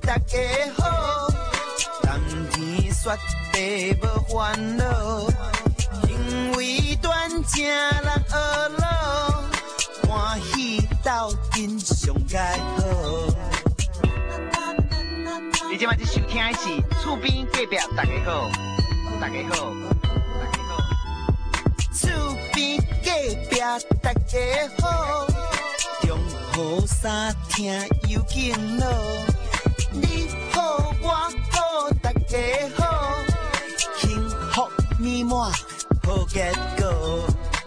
大家好，冬天雪地无烦恼，行为端正人学老，欢喜斗阵上佳好。你今晚在收听的是厝边隔壁大家好，大家好，大家好，厝边隔壁大家好。中好三听又敬老，你好我好大家好，幸福美满好结果。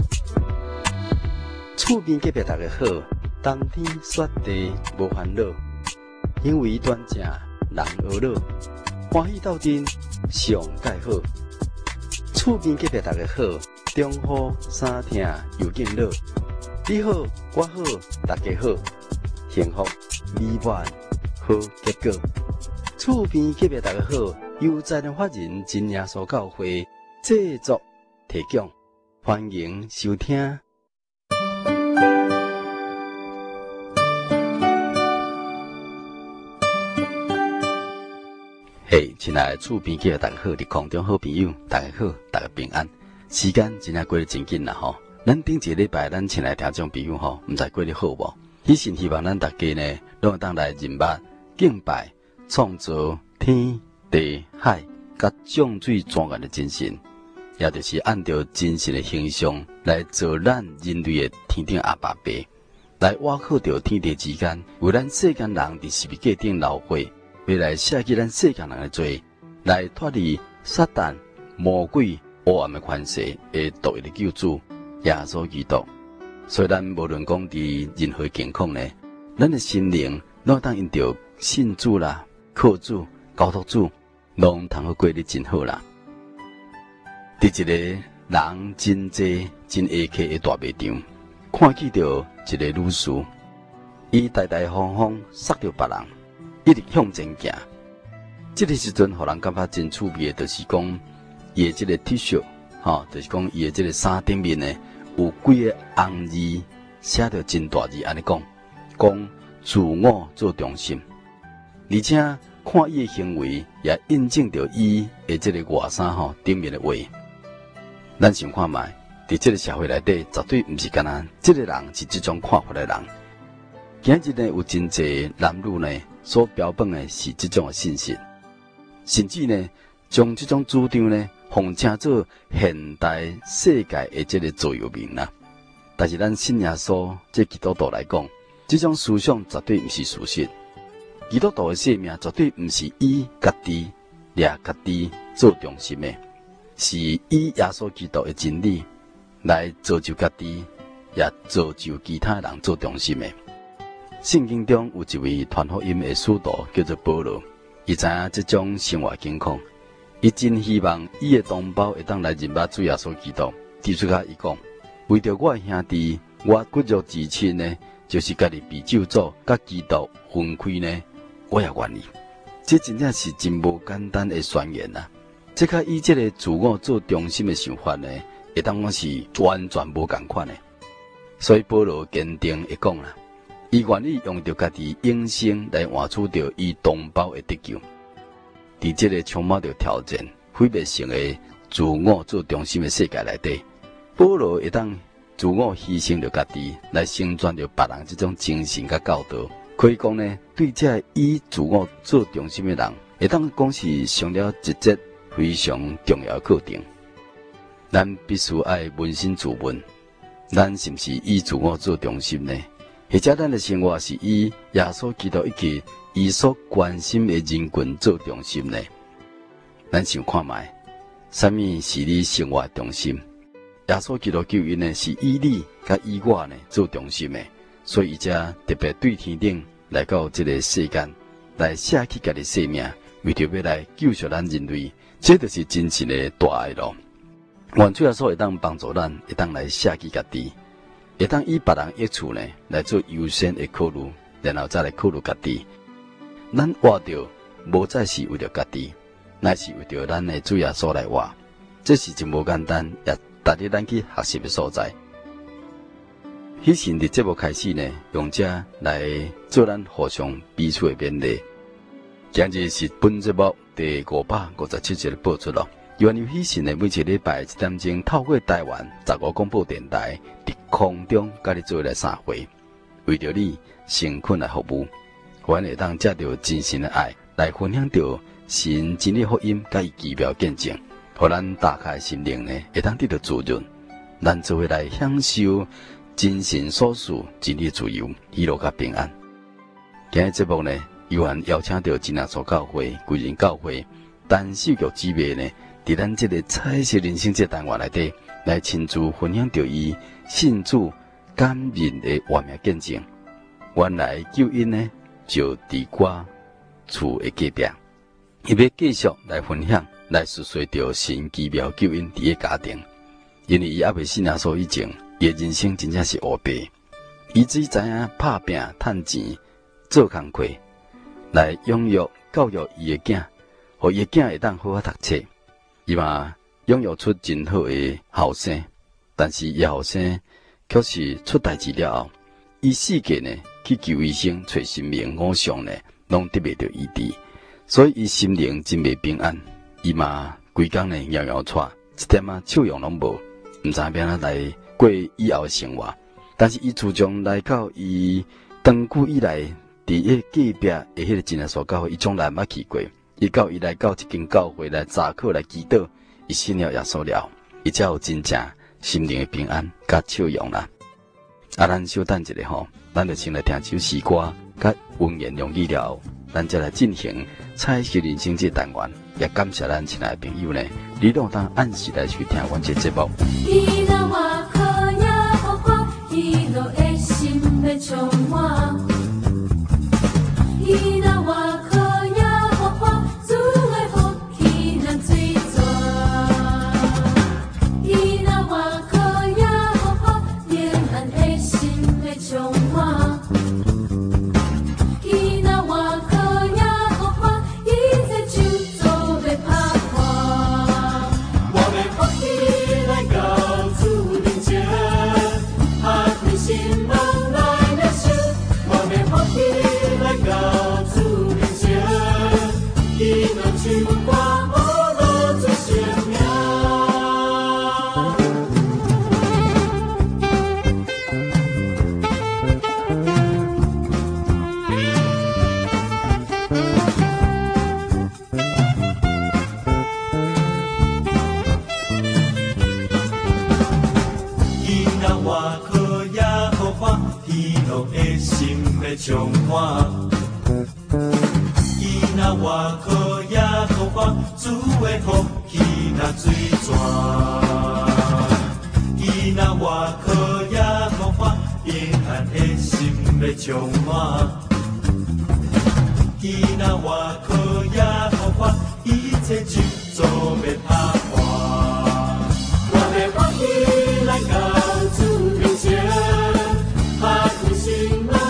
厝边隔壁大家好，冬天雪地无烦恼，行为端正人学老，欢喜斗阵上介好。厝边隔壁大家好，中好三听又敬老。你好，我好，大家好，幸福美满好结果。厝边隔壁大家好，由在人法人真耶稣教会制作提供，欢迎收听。嘿，亲爱的厝边隔壁大家好，伫空中好朋友，大家好，大家平安。时间真正过得真紧啦吼。咱顶一个礼拜，咱亲爱听众朋友吼，毋知过得好无？迄时希望咱大家呢，拢会当来认捌、敬拜、创造天地海甲众水庄严的真神，也就是按照真神的形象来做咱人类的天顶阿爸爸，来挖靠着天地之间，为咱世间人伫十字架顶流血，要来赦去咱世间人的罪，来脱离撒旦、魔鬼、黑暗的权势的独一的救主。耶稣基督，所以咱无论讲伫任何境况呢，咱的心灵拢当因着信主啦、靠主、交托主，拢通好过得真好啦。伫一个人真济真下客的大卖场，看见着一个女士，伊大大方方杀着别人，一直向前行。这个时阵，互人感觉真趣味的，就是讲伊的这个 T 恤，就是讲伊的这个衫顶面呢。有几个红字写着真大字，安尼讲自我做中心，而且看伊的行为也印证着伊的这个外衫顶面的话。咱想看觅，伫这个社会内底，绝对毋是干那这个人是这种看法的人。今日呢，有真济男女呢所标榜的是这种的信息，甚至呢将这种主张呢。奉称做现代世界的这个座右铭啦，但是咱信耶稣这基督徒来讲，这种思想绝对不是事实。基督徒的生命绝对不是以家己掠家己做中心的，是以耶稣基督的真理来造就家己，也造就其他人做中心的。圣经中有一位传福音的使徒叫做保罗，伊知影这种生活境况。伊真希望伊的同胞会当来认捌主耶稣基督。提出甲伊讲，为着我的兄弟，我骨肉至亲呢，就是家己被救主甲基督分开呢，我也愿意。这真正是真无简单的宣言啊！这甲以这个自我做中心的想法呢，会当讲是完全无共款的。所以保罗坚定会讲啦，伊愿意用着家己永生来换取着伊同胞的得救。伫这个充满着挑战、毁灭性的自我做中心的世界内底，保罗会当自我牺牲着家己，来成全着别人这种精神甲教导。可以讲呢，对这以自我做中心的人，会当讲是上了一节非常重要的课程。咱必须爱扪心自问，咱是不是以自我做中心呢？或者咱的生活是以耶稣基督以及伊所关心的人群做中心呢？咱想看觅，什么是你生活的中心？耶稣基督救恩呢，是以你甲以我呢做中心的，所以伊才特别对天顶来到这个世间，来舍弃家己生命，为着要来救赎咱人类，这就是真正的大爱咯。愿主耶稣会当帮助咱，会当来舍弃家己，会当以别人益处呢来做优先的考虑，然后再来考虑家己。咱活着无再是为着家己，乃是为着咱的主耶稣来活。这是真无简单，也值得咱去学习的所在。迄时伫节目开始呢，用这来做咱互相彼此的勉励。 今日是本节目第557集的播出咯。原有喜讯的每一个礼拜1点钟，透过台湾15广播电台伫空中甲你做来3回，为着你诚恳来服务，我会当借着真心的爱来分享着神真理福音甲伊奇妙见证，互咱打开心灵呢，会当得到滋润，咱就会来享受真神所赐真理自由、喜乐甲平安。今日节目呢，有缘邀请到真耶稣教会贵人教会陈秀玉姊妹呢，伫咱这个彩色人生这单元内底，来亲自分享着伊信主感人的活命见证。原来救恩呢，就伫我厝的隔壁，伊要继续来分享，来述说着神奇妙救恩伫个家庭。因为伊还未信耶稣以前，伊的人生真正是黑白，伊只知影拍拼趁钱。做工课来养育教育伊的囝，互伊的囝会当好好读册。伊嘛养育出真好的后生，但是伊后生却是出代志了后，伊世界呢去求医生找神明五常呢，拢得袂到医治，所以伊心灵真袂平安。伊嘛规工呢摇摇喘，一点笑容拢无，毋知变哪来过以后的生活。但是伊自从来到伊长久以来。伫迄隔壁的迄个真耶稣教会，伊从来捌去过。伊来到一间教会来查考来祈祷，伊信了耶稣了，伊才有真正心灵的平安甲笑容啦。咱稍等一下吼，咱就先来听首诗歌，甲文言用语了后，咱再来进行彩色人生这单元。也感谢咱亲爱的朋友呢，你拢当按时来去听阮这节目。 伊若外口也好看，伊若的心要充满。伊若外口也好看，主的福气咱水泉。伊若外口也好看，平安的心要充满。伊若外口也好看，伊这手做要拍破。我要福气来到主面前，打开心门来领受。我要福气来到。充满，伊若外口也好看，主的福气若水泉。伊若外口也好看，平安的心要充满。伊若外口也好看，伊这手做要拍破。我要福气来到主面前，打开心门。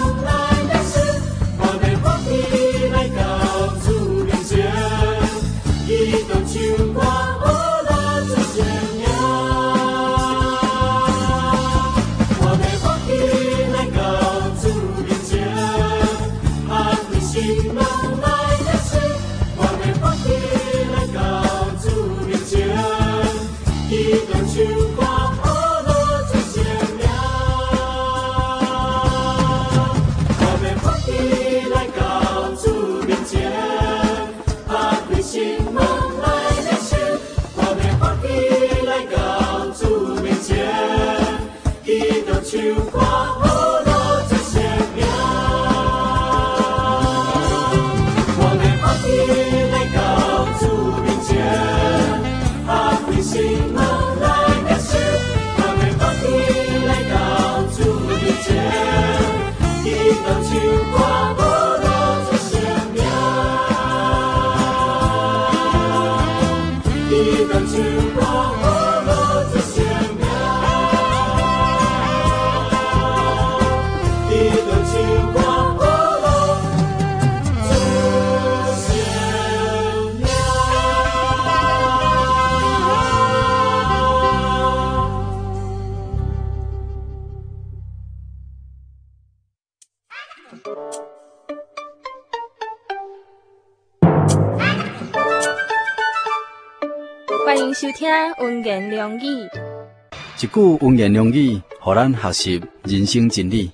迎收听文言良语。 一句文言良语，互咱学习人生真理。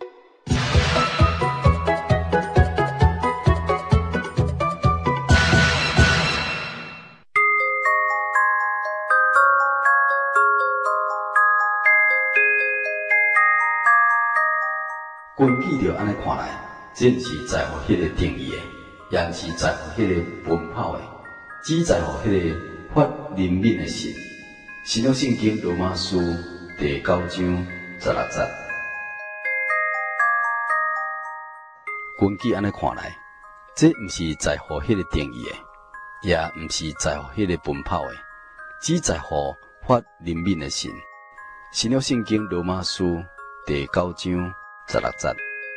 根据着安尼看来，这毋是在乎迄个定义的，也毋是在乎迄个奔跑的，只在乎迄个发人民的心。新约圣经罗马书第9章16节。根据安尼看来，这毋是在乎迄个定义的，也毋是在乎迄个奔跑的，只在乎发人民的心。新约圣经罗马书第9章16节。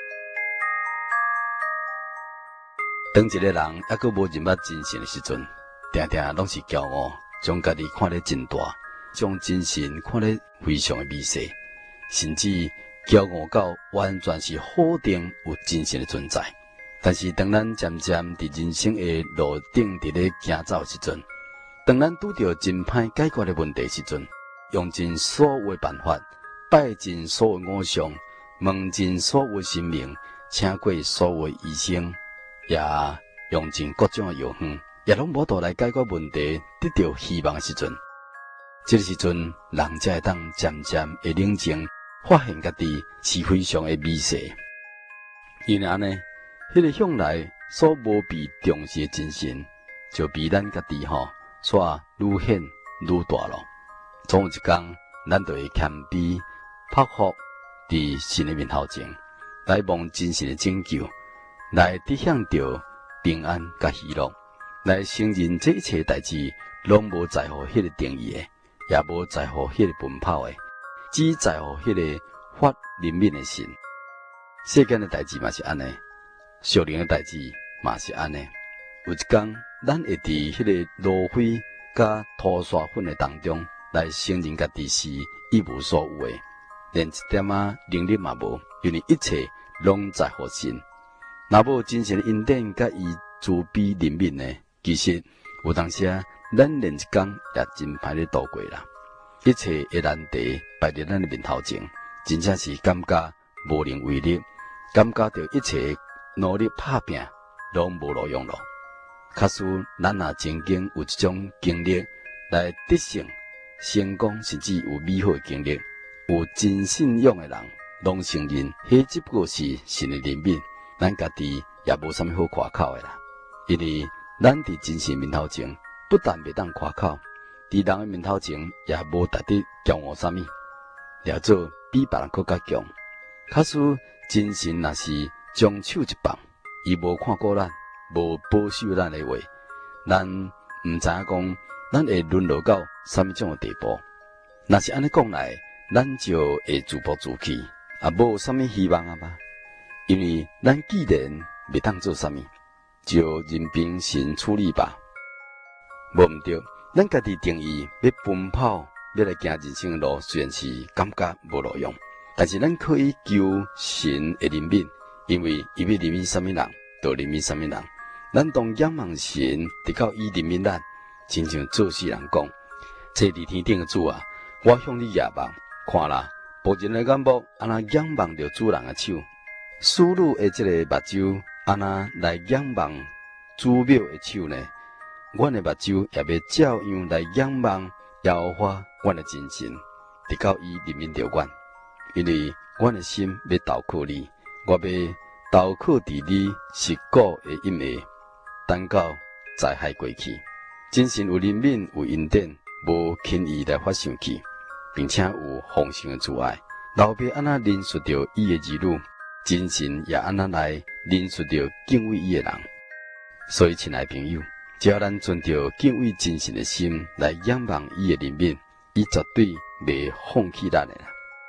当一个人还阁无认捌真神的时阵，定定拢是骄傲，将家己看得真大，将真神看得非常的微细，甚至骄傲到完全是否定有真神的存在。但是当咱渐渐伫人生的路顶伫咧行走的时阵，当咱拄到真歹解决的问题的时阵，用尽所有的办法，拜尽所有偶像，问尽所有神明，请过所有医生，也用尽各种的药方，也拢无度来解决问题，得到希望的时阵，这个时阵，人才会当渐渐会冷静，发现家己是非常的微细。因为安尼，迄个向来所无被重视的真神，就比咱家己煞愈显愈大咯。总有一天，咱就会谦卑、匍匐伫神的面头前，来望真神的拯救，来得享着平安甲喜乐，来承认这一切代志拢无在乎迄个定义的，也无在乎迄个奔跑的，只在乎迄个发人民的心。世间的代志嘛是安尼，属灵的代志嘛是安尼。有一天，咱会伫迄个炉火甲土沙粉的当中，来承认家己是一无所有的，连一点仔能力嘛无，因为一切拢在乎神。若无真神的恩典甲伊慈悲怜悯呢，其实有当时咱连一天也真歹咧度过啦。一切的难题摆伫咱的面头前，真正是感觉无能为力，感觉到一切努力打拼拢无路用咯。假使咱若曾经有一种经历来得胜、成功，甚至有美好的经历，有真信仰的人，拢承认迄只不过是神的怜悯，咱家己也无啥物好夸口的啦。因为咱伫真神面头前，不但袂当夸口，伫人的面头前也无值得骄傲啥物，了做比别人更加强。假使真神若是将手一放，伊无看过咱，无保守咱的话，咱毋知影讲咱会沦落到啥物种的地步。若是安尼讲来，咱就会自暴自弃，也无啥物希望啊嘛。因为咱既然袂当做啥物，就任凭神处理吧。无毋对，咱家己定义要奔跑，要来行人生的路，虽然是感觉无路用，但是咱可以求神的怜悯，因为伊要怜悯啥物人，就怜悯啥物人。咱当仰望神，直到伊怜悯咱，亲像做事人讲：坐伫天顶的主啊，我向你仰望，看啦，仆人的眼目安那仰望着主人的手，使女的这个目睭安那来仰望主庙的手呢？阮的目睭也要照样来仰望耶和华阮的真神，直到伊怜悯着阮，因为阮的心要投靠你，我要投靠伫你实骨的阴下，等到灾害过去。真神有怜悯有恩典，无轻易来发生去，并且有丰盛的慈爱，老爸安那认识着伊的儿女，真神也安那来认识着敬畏伊的人。所以，亲爱朋友，只要咱存着敬畏真神的心来仰望伊的怜悯，伊绝对袂放弃咱的啦。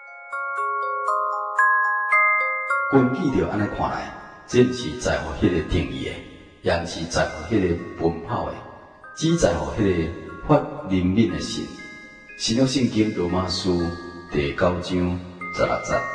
根据着安尼看来，这毋是在乎迄个定义的，也毋是在乎迄个奔跑的，只在乎迄个发人民的心。新约圣经罗马书第9章16节。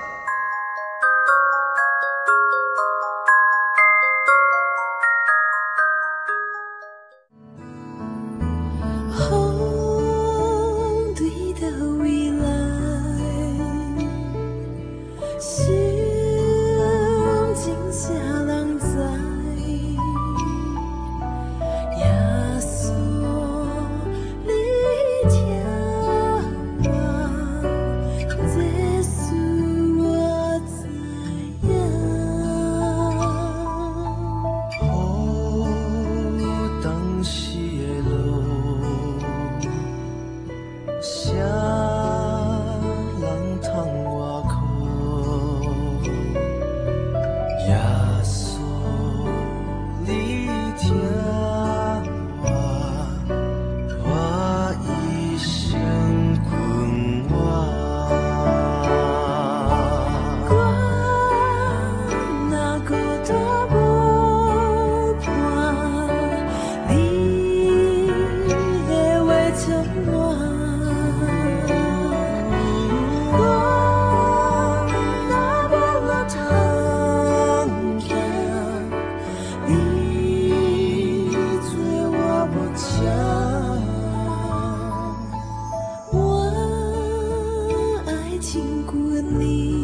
你。